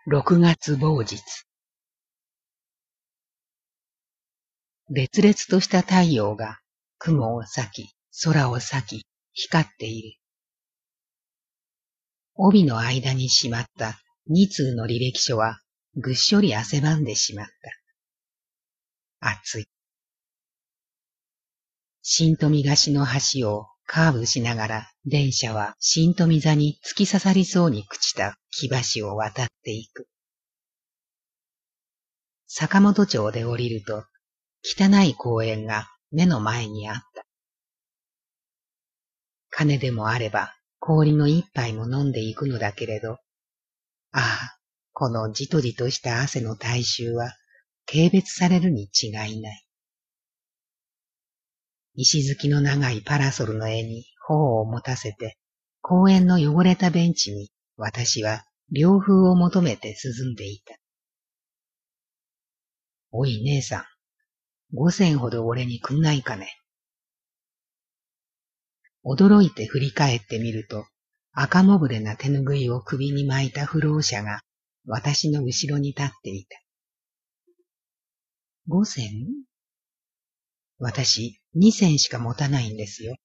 6月某日。烈々とした太陽が雲を裂き、空を裂き、光っている。帯の間にしまった2通の履歴書はぐっしょり汗ばんでしまった。暑い。新富ヶ市の橋をカーブしながら電車は新富座に突き刺さりそうに朽ちた木橋を渡っていく。坂本町で降りると汚い公園が目の前にあった。金でもあれば氷の一杯も飲んでいくのだけれど、ああ、このじとじとした汗の体臭は軽蔑されるに違いない。石突きの長いパラソルの柄に頬を持たせて、公園の汚れたベンチに私は涼風を求めて涼んでいた。おい姉さん、5銭ほど俺にくんないかね。驚いて振り返ってみると、赤もぶれな手ぬぐいを首に巻いた不老者が私の後ろに立っていた。5銭？私、2銭しか持たないんですよ。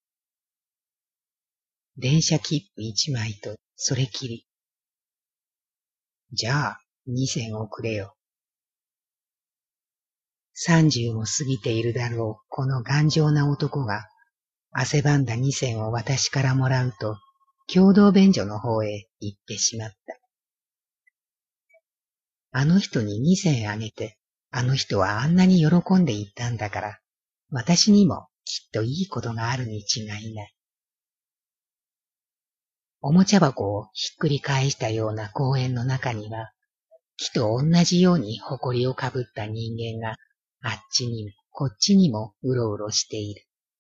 電車切符1枚と、それきり。じゃあ、2銭をくれよ。30も過ぎているだろう、この頑丈な男が、汗ばんだ2銭を私からもらうと、共同便所の方へ行ってしまった。あの人に2銭あげて、あの人はあんなに喜んでいったんだから、私にもきっといいことがあるに違いない。おもちゃ箱をひっくり返したような公園の中には、木と同じように埃をかぶった人間があっちにもこっちにもうろうろしている。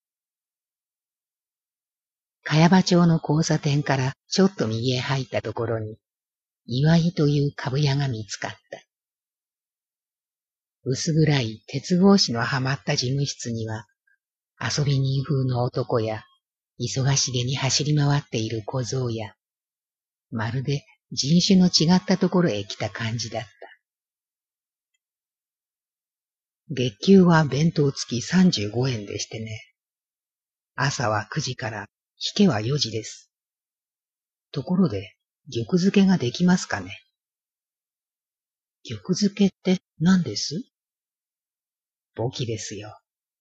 茅場町の交差点からちょっと右へ入ったところに、岩井という株屋が見つかった。薄暗い鉄格子のはまった事務室には、遊び人風の男や、忙しげに走り回っている小僧や、まるで人種の違ったところへ来た感じだった。月給は弁当付き35円でしてね。朝は9時から引けは4時です。ところで、玉漬けができますかね？玉漬けって何です？簿記ですよ。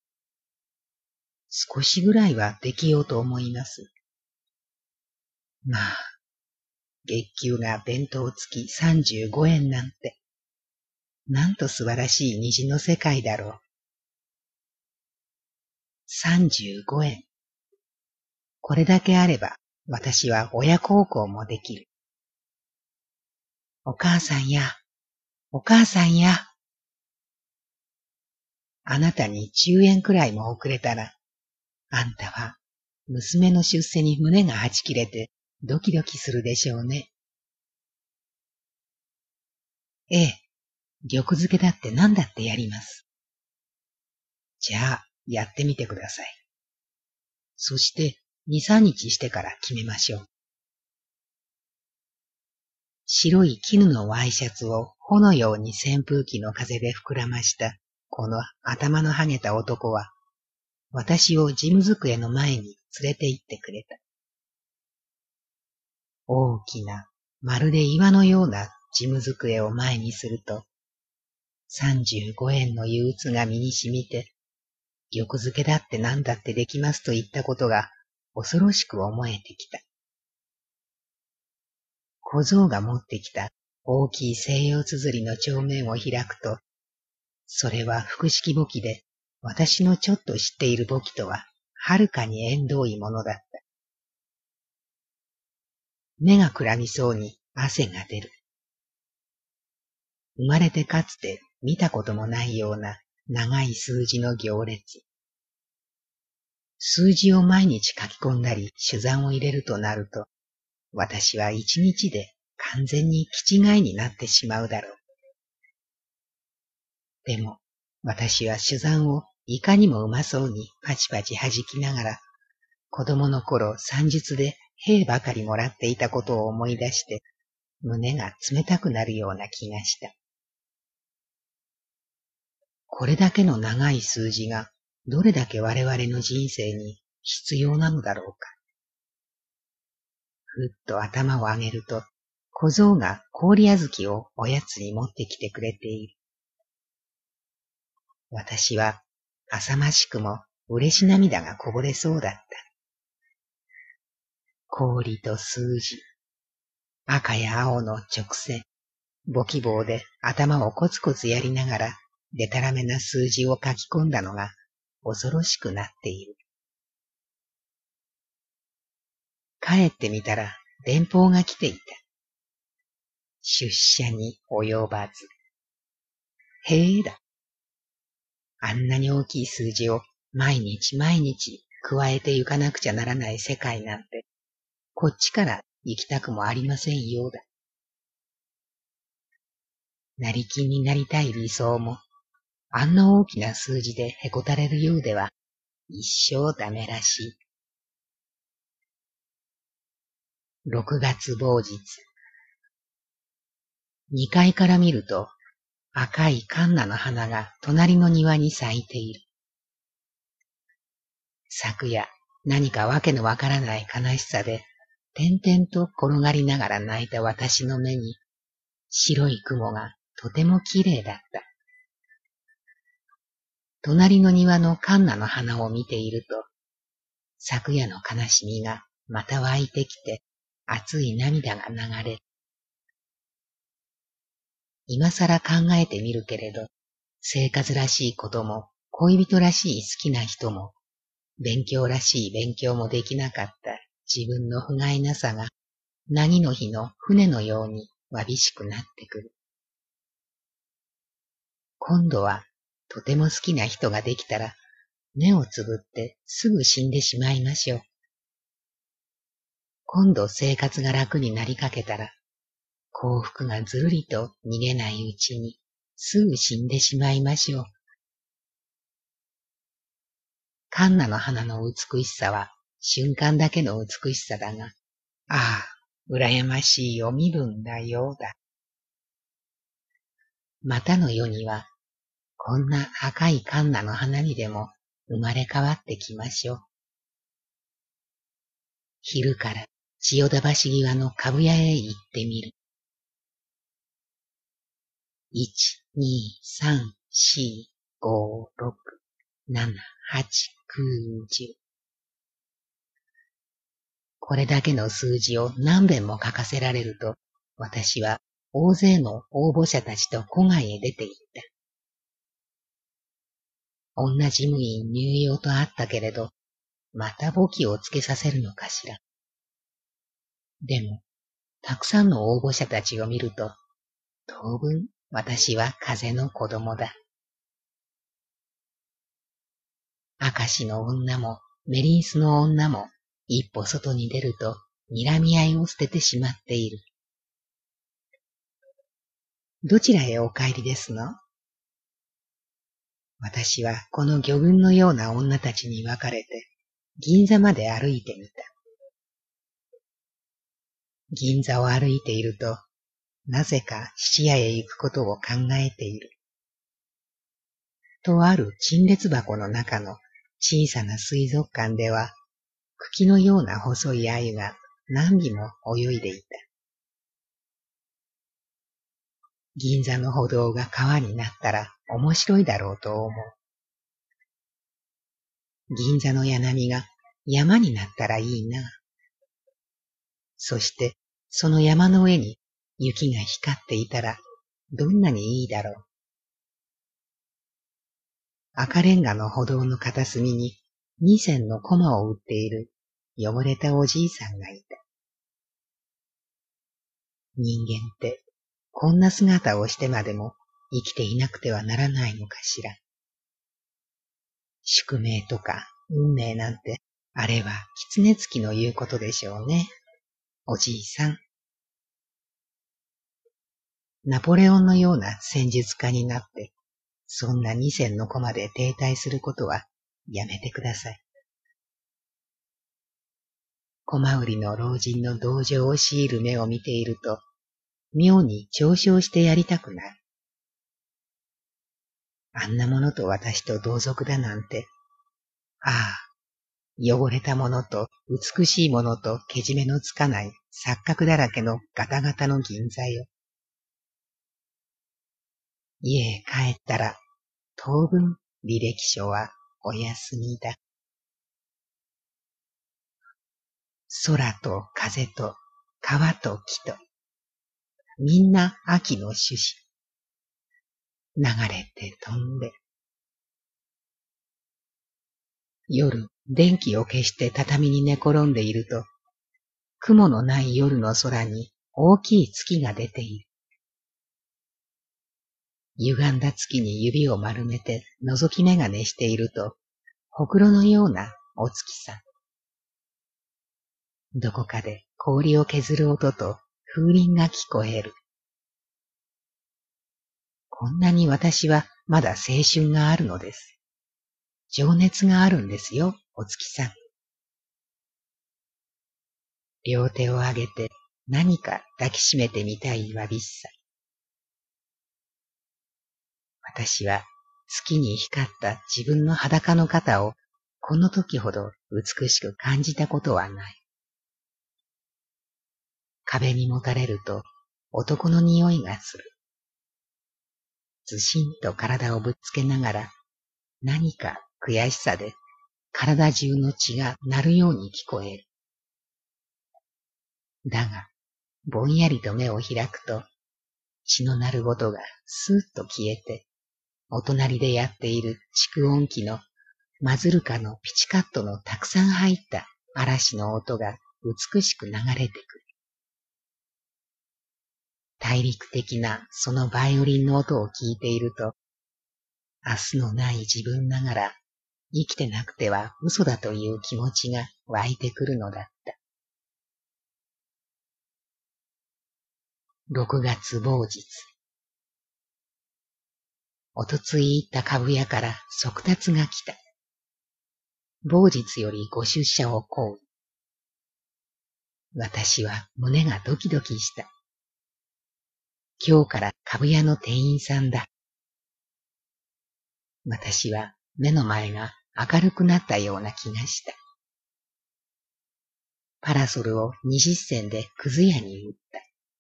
少しぐらいはできようと思います。まあ、月給が弁当付き35円なんて、なんと素晴らしい虹の世界だろう。35円。これだけあれば、私は親孝行もできる。お母さんや、お母さんや。あなたに10円くらいも遅れたら、あんたは娘の出世に胸がはち切れてドキドキするでしょうね。ええ、玉漬けだって何だってやります。じゃあ、やってみてください。そして、2、3日してから決めましょう。白い絹のワイシャツを帆のように扇風機の風で膨らました、この頭のはげた男は、私を事務机の前に連れて行ってくれた。大きな、まるで岩のような事務机を前にすると、35円の憂鬱が身に染みて、玉漬けだって何だってできますと言ったことが恐ろしく思えてきた。小僧が持ってきた大きい西洋綴りの帳面を開くと、それは複式簿記で、私のちょっと知っている簿記とは、はるかに縁遠いものだった。目がくらみそうに汗が出る。生まれてかつて見たこともないような長い数字の行列。数字を毎日書き込んだり手算を入れるとなると、私は一日で完全に気違いになってしまうだろう。でも、私は手算をいかにもうまそうにパチパチ弾きながら、子供の頃算術で兵ばかりもらっていたことを思い出して、 胸が冷たくなるような気がした。これだけの長い数字がどれだけ我々の人生に必要なのだろうか。ふっと頭を上げると、小僧が氷あずきをおやつに持ってきてくれている。私は浅ましくも嬉し涙がこぼれそうだった。氷と数字、赤や青の直線、簿記棒で頭をコツコツやりながら、でたらめな数字を書き込んだのが恐ろしくなっている。帰ってみたら電報が来ていた。出社に及ばず。へえだ。あんなに大きい数字を毎日毎日加えてゆかなくちゃならない世界なんて、こっちから行きたくもありませんようだ。成り金になりたい理想も、あんな大きな数字でへこたれるようでは、一生ダメらしい。6月某日。2階から見ると、赤いカンナの花が隣の庭に咲いている。昨夜、何かわけのわからない悲しさで、点々と転がりながら泣いた私の目に、白い雲がとてもきれいだった。隣の庭のカンナの花を見ていると、昨夜の悲しみがまた湧いてきて、熱い涙が流れる。今更考えてみるけれど、生活らしいことも、恋人らしい好きな人も、勉強らしい勉強もできなかった自分の不甲斐なさが、凪の日の船のようにわびしくなってくる。今度は、とても好きな人ができたら、目をつぶってすぐ死んでしまいましょう。今度生活が楽になりかけたら、幸福がずるりと逃げないうちに、すぐ死んでしまいましょう。カンナの花の美しさは瞬間だけの美しさだが、ああ、羨ましいお身分だようだ。またの世には、こんな赤いカンナの花にでも生まれ変わってきましょう。昼から千代田橋際の株屋へ行ってみる。1、2、3、4、5、6、7、8、9、10。これだけの数字を何遍も書かせられると、私は大勢の応募者たちと戸外へ出て行った。女事務員入用とあったけれど、また簿記をつけさせるのかしら。でも、たくさんの応募者たちを見ると、当分私は風の子供だ。明石の女もメリースの女も一歩外に出ると睨み合いを捨ててしまっている。どちらへお帰りですの？私はこの魚群のような女たちに分かれて銀座まで歩いてみた。銀座を歩いていると、なぜか質屋へ行くことを考えている。とある陳列箱の中の小さな水族館では、茎のような細い鮎が何尾も泳いでいた。銀座の歩道が川になったら面白いだろうと思う。銀座の柳が山になったらいいな。そしてその山の上に雪が光っていたらどんなにいいだろう。赤レンガの歩道の片隅に2銭のコマを売っている汚れたおじいさんがいた。人間ってこんな姿をしてまでも生きていなくてはならないのかしら。宿命とか運命なんて、あれは狐つきの言うことでしょうね。おじいさん。ナポレオンのような戦術家になって、そんな2銭のコマで停滞することはやめてください。コマ売りの老人の同情を強いる目を見ていると、 妙に嘲笑してやりたくなる。あんなものと私と同族だなんて、ああ、汚れたものと美しいものとけじめのつかない錯覚だらけのガタガタの銀座よ。家へ帰ったら、当分履歴書はお休みだ。空と風と川と木と、みんな秋の種子。流れて飛んで。夜、電気を消して畳に寝転んでいると、雲のない夜の空に大きい月が出ている。歪んだ月に指を丸めて覗き眼鏡していると、ほくろのようなお月さん。どこかで氷を削る音と風鈴が聞こえる。こんなに私はまだ青春があるのです。情熱があるんですよ、お月さん。両手を上げて何か抱きしめてみたいわびしさ。私は月に光った自分の裸の肩をこの時ほど美しく感じたことはない。壁にもたれると男の匂いがする。ずしんと体をぶっつけながら何か悔しさで体中の血が鳴るように聞こえる。だが、ぼんやりと目を開くと血の鳴る音がスーッと消えて、お隣でやっている蓄音機のマズルカのピチカットのたくさん入った嵐の音が美しく流れてくる。大陸的なそのバイオリンの音を聞いていると、明日のない自分ながら生きてなくては嘘だという気持ちが湧いてくるのだった。6月某日。おとつい行った株屋から速達が来た。某日よりご出社を請う。私は胸がドキドキした。今日から株屋の店員さんだ。私は目の前が明るくなったような気がした。パラソルを20銭でくず屋に売った。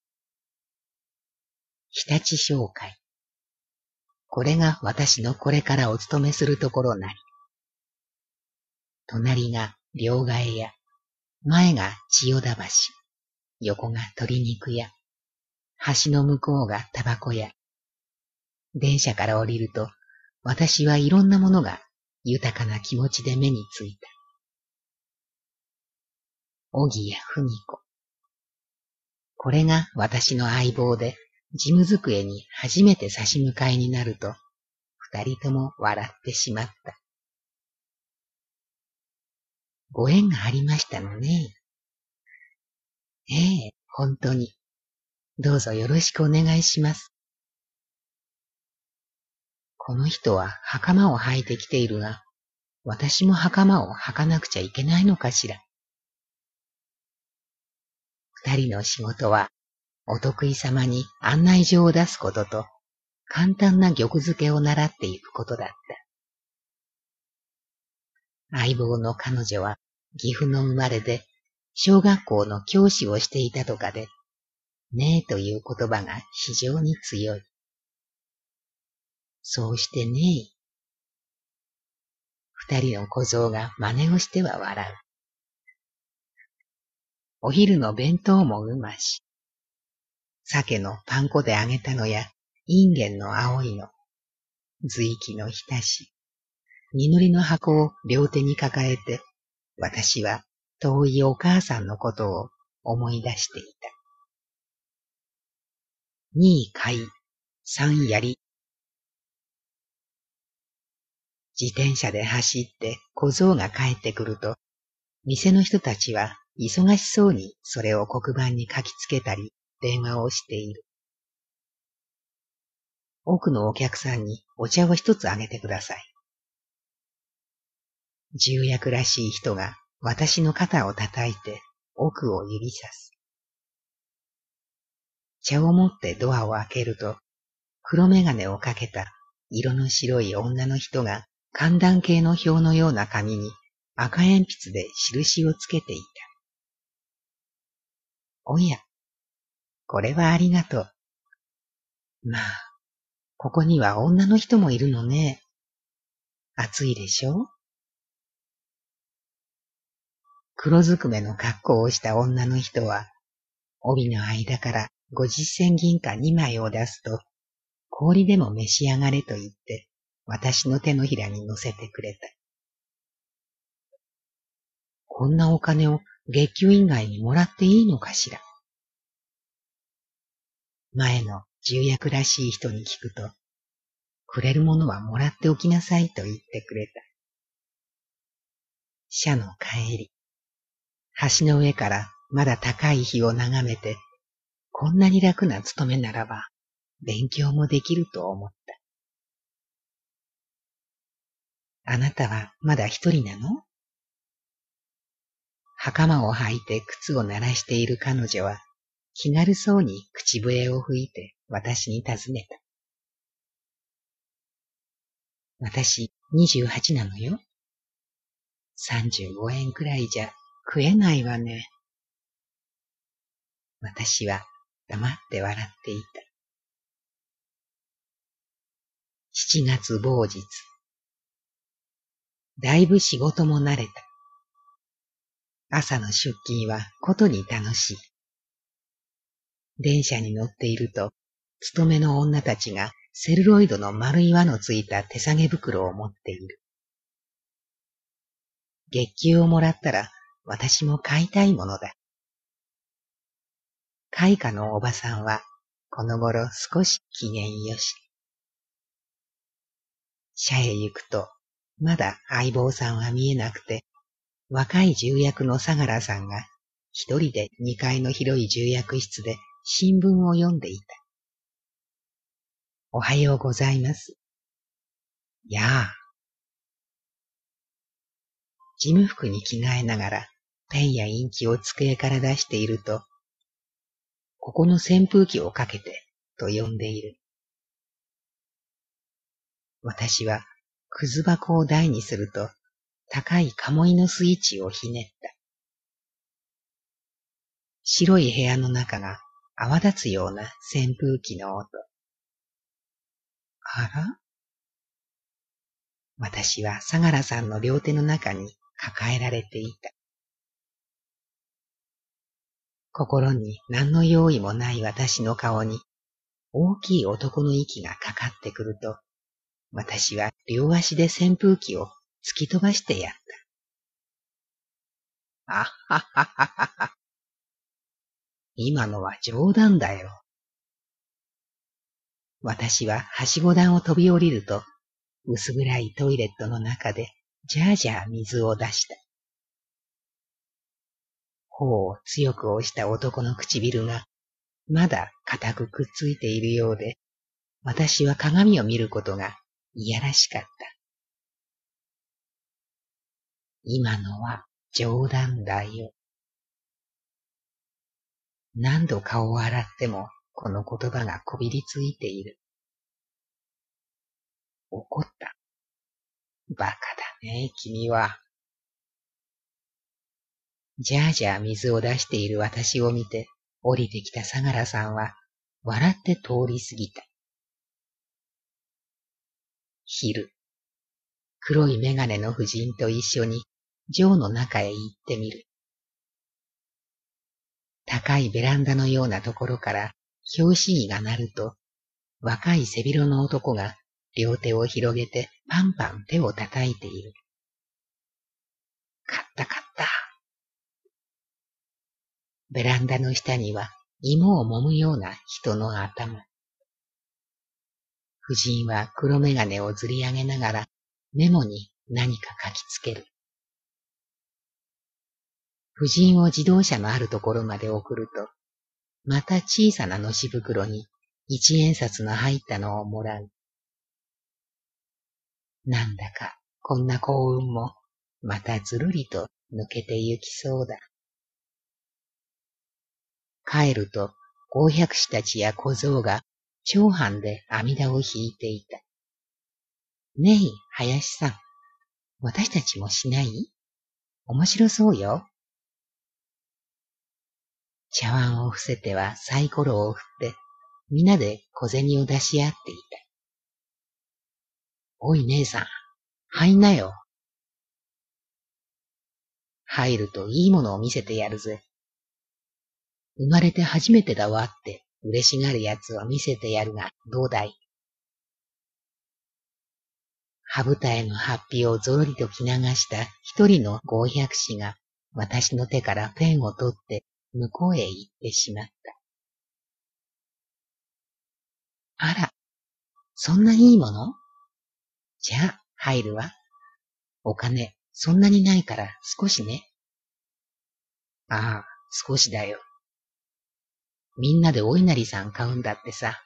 日立商会。これが私のこれからお勤めするところなり。隣が両替屋、前が千代田橋、横が鶏肉屋、橋の向こうがタバコ屋。電車から降りると、私はいろんなものが豊かな気持ちで目についた。小木や文子。これが私の相棒で、事務机に初めて差し向かいになると、二人とも笑ってしまった。ご縁がありましたのね。ええ、本当に。どうぞよろしくお願いします。この人は袴を履いてきているが、私も袴を履かなくちゃいけないのかしら。二人の仕事は、お得意様に案内状を出すことと、簡単な玉付けを習っていくことだった。相棒の彼女は岐阜の生まれで、小学校の教師をしていたとかで、ねえという言葉が非常に強い。そうしてねえ。二人の小僧が真似をしては笑う。お昼の弁当もうまし。鮭のパン粉で揚げたのや、インゲンの青いの、随気の浸し、実りの箱を両手に抱えて、私は遠いお母さんのことを思い出していた。2買い、3やり。自転車で走って小僧が帰ってくると、店の人たちは忙しそうにそれを黒板に書きつけたり電話をしている。奥のお客さんにお茶を一つあげてください。重役らしい人が私の肩を叩いて奥を指さす。 茶を持ってドアを開けると、黒眼鏡をかけた色の白い女の人が寒暖計の表のような紙に赤鉛筆で印をつけていた。おや、これはありがとう。まあ、ここには女の人もいるのね。暑いでしょ？黒ずくめの格好をした女の人は、帯の間から50銭銀貨2枚を出すと、氷でも召し上がれと言って、私の手のひらに乗せてくれた。こんなお金を月給以外にもらっていいのかしら。前の重役らしい人に聞くと、くれるものはもらっておきなさいと言ってくれた。車の帰り、橋の上からまだ高い日を眺めて、こんなに楽な勤めならば、勉強もできると思った。あなたはまだ一人なの？袴を履いて靴を鳴らしている彼女は、気軽そうに口笛を吹いて私に尋ねた。私28なのよ。35円くらいじゃ食えないわね。私は黙って笑っていた。7月某日。だいぶ仕事も慣れた。朝の出勤はことに楽しい。電車に乗っていると、勤めの女たちがセルロイドの丸い輪のついた手提げ袋を持っている。月給をもらったら私も買いたいものだ。開花のおばさんはこの頃少し機嫌よし。社へ行くとまだ相棒さんは見えなくて、若い重役の相良さんが一人で2階の広い重役室で新聞を読んでいた。おはようございます。やあ。事務服に着替えながらペンやインキを机から出していると、ここの扇風機をかけてと呼んでいる。私はくず箱を台にすると高い鴨居のスイッチをひねった。白い部屋の中が泡立つような扇風機の音。あら？私は相良さんの両手の中に抱えられていた。心に何の用意もない私の顔に大きい男の息がかかってくると、私は両足で扇風機を突き飛ばしてやった。あっはっはっはっは。今のは冗談だよ。私ははしご段を飛び降りると、薄暗いトイレットの中でじゃあじゃあ水を出した。頬を強く押した男の唇がまだ固くくっついているようで、私は鏡を見ることがいやらしかった。今のは冗談だよ。何度顔を洗ってもこの言葉がこびりついている。怒った。バカだね、君は。じゃあじゃあ水を出している私を見て降りてきた相良さんは笑って通り過ぎた。昼、黒い眼鏡の婦人と一緒に城の中へ行ってみる。高いベランダのようなところから拍子木が鳴ると、若い背広の男が両手を広げてパンパン手を叩いている。買った買った。ベランダの下には芋を揉むような人の頭。婦人は黒眼鏡をずり上げながらメモに何か書きつける。婦人を自動車のあるところまで送ると、また小さなのし袋に一円札の入ったのをもらう。なんだかこんな幸運もまたずるりと抜けてゆきそうだ。帰ると豪百士たちや小僧が長藩で阿弥陀を引いていた。ねえ、林さん。私たちもしない？面白そうよ。茶碗を伏せてはサイコロを振って、みんなで小銭を出し合っていた。おい姉さん、入んなよ。入るといいものを見せてやるぜ。生まれて初めてだわって嬉しがるやつを見せてやるがどうだい？羽二重のハッピをぞろりと着流した一人の豪百士が私の手からペンを取って向こうへ行ってしまった。あら、そんないいもの？じゃあ入るわ。お金そんなにないから少しね。ああ、少しだよ。みんなでお稲荷さん買うんだってさ。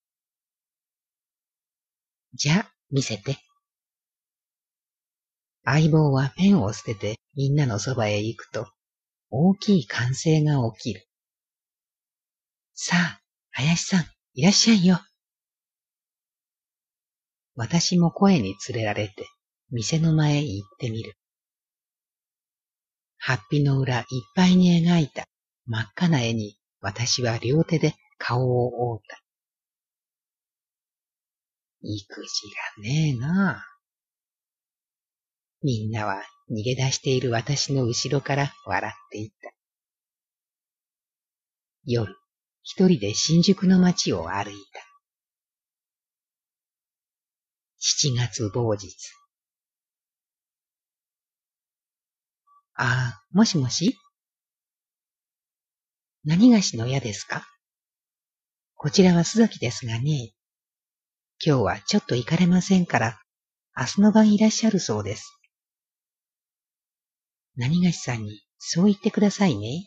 じゃあ見せて。相棒はペンを捨ててみんなのそばへ行くと、大きい歓声が起きる。さあ、林さん、いらっしゃいよ。私も声に連れられて、店の前へ行ってみる。ハッピの裏いっぱいに描いた真っ赤な絵に、私は両手で顔を覆った。育児がねえなあ。みんなは逃げ出している私の後ろから笑っていた。夜、一人で新宿の街を歩いた。7月某日。ああ、もしもし？何がしの矢ですか？こちらは須崎ですがね。今日はちょっと行かれませんから、明日の晩いらっしゃるそうです。何がしさんにそう言ってくださいね。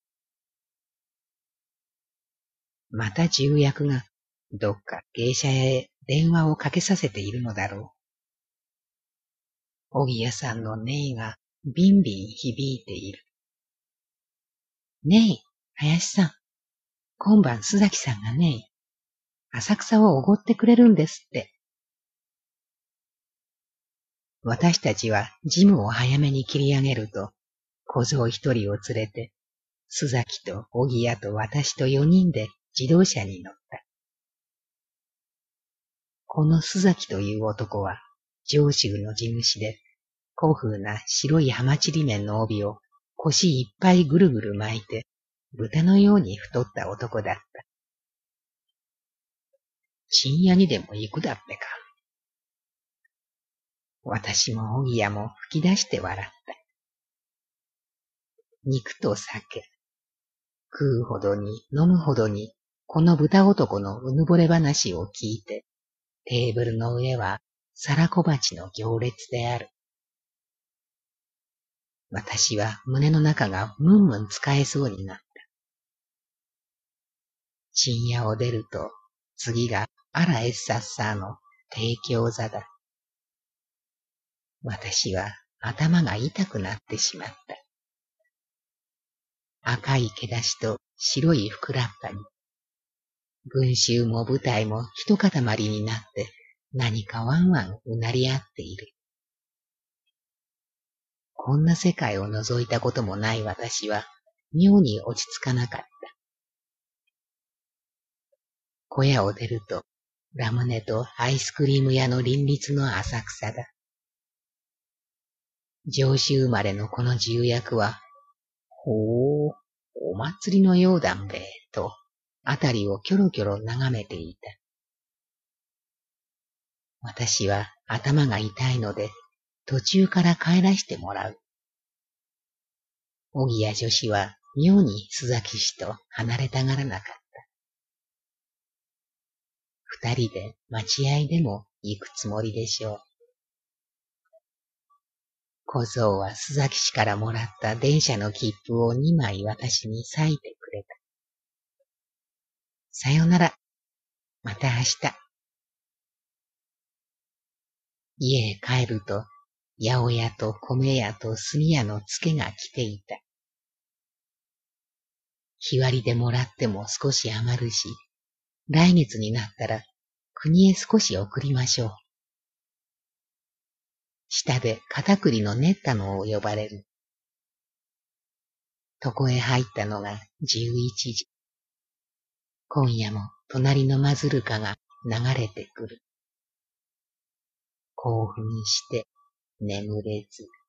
また重役がどっか芸者へ電話をかけさせているのだろう。おぎやさんの音がビンビン響いている。ねえ、林さん。今晩須崎さんがね、浅草をおごってくれるんですって。私たちはジムを早めに切り上げると、小僧一人を連れて、須崎とおぎやと私と4人で自動車に乗った。この須崎という男は、上州の地主で、古風な白い浜ちりめんの帯を腰いっぱいぐるぐる巻いて、豚のように太った男だった。深夜にでも行くだっぺか。私もおぎやも吹き出して笑った。肉と酒。食うほどに飲むほどに、この豚男のうぬぼれ話を聞いて、テーブルの上は皿小鉢の行列である。私は胸の中がムンムン使えそうになった。深夜を出ると、次があらエッサッサーの提供座だ。私は頭が痛くなってしまった。赤い毛出しと白いふくらっぱに、群衆も舞台も一塊になって何かワンワンうなり合っている。こんな世界を覗いたこともない私は妙に落ち着かなかった。小屋を出るとラムネとアイスクリーム屋の林立の浅草だ。上州生まれのこの重役は、ほう、お祭りのようだんべ、と、あたりをキョロキョロ眺めていた。私は頭が痛いので、途中から帰らしてもらう。おぎや女子は妙に須崎氏と離れたがらなかった。二人で待合でも行くつもりでしょう。小僧は須崎氏からもらった電車の切符を2枚私に割いてくれた。さよなら。また明日。家へ帰ると、八百屋と米屋と炭屋の付けが来ていた。 日割りでもらっても少し余るし、来月になったら国へ少し送りましょう。下で片栗の練ったのを呼ばれる。床へ入ったのが11時。今夜も隣のマズルカが流れてくる。興奮して眠れず。